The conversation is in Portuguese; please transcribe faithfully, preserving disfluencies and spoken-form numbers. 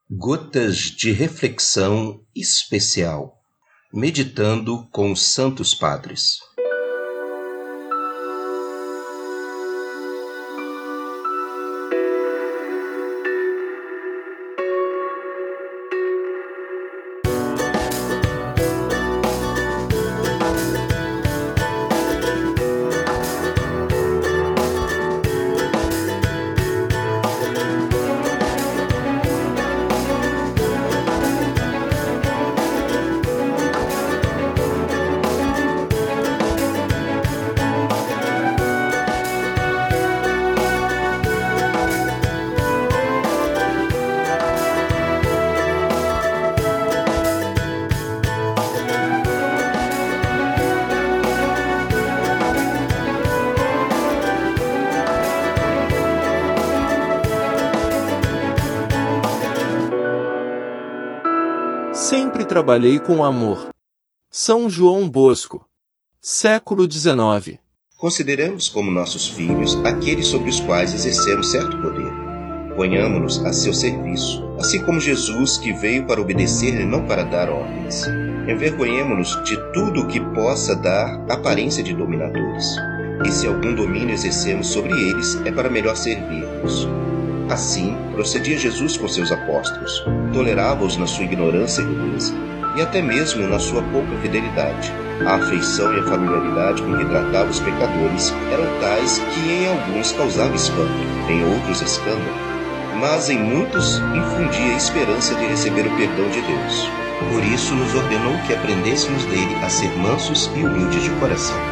Gotas de reflexão especial, meditando com os Santos Padres. Sempre trabalhei com amor. São João Bosco. Século dezenove. Consideramos como nossos filhos aqueles sobre os quais exercemos certo poder. Ponhamo-nos a seu serviço, assim como Jesus, que veio para obedecer e não para dar ordens. Envergonhemo-nos de tudo o que possa dar aparência de dominadores. E se algum domínio exercemos sobre eles, é para melhor servi-los. Assim, procedia Jesus com seus apóstolos, tolerava-os na sua ignorância e rudeza, e até mesmo na sua pouca fidelidade. A afeição e a familiaridade com que tratava os pecadores eram tais que em alguns causava espanto, em outros escândalo, mas em muitos infundia a esperança de receber o perdão de Deus. Por isso nos ordenou que aprendêssemos dele a ser mansos e humildes de coração.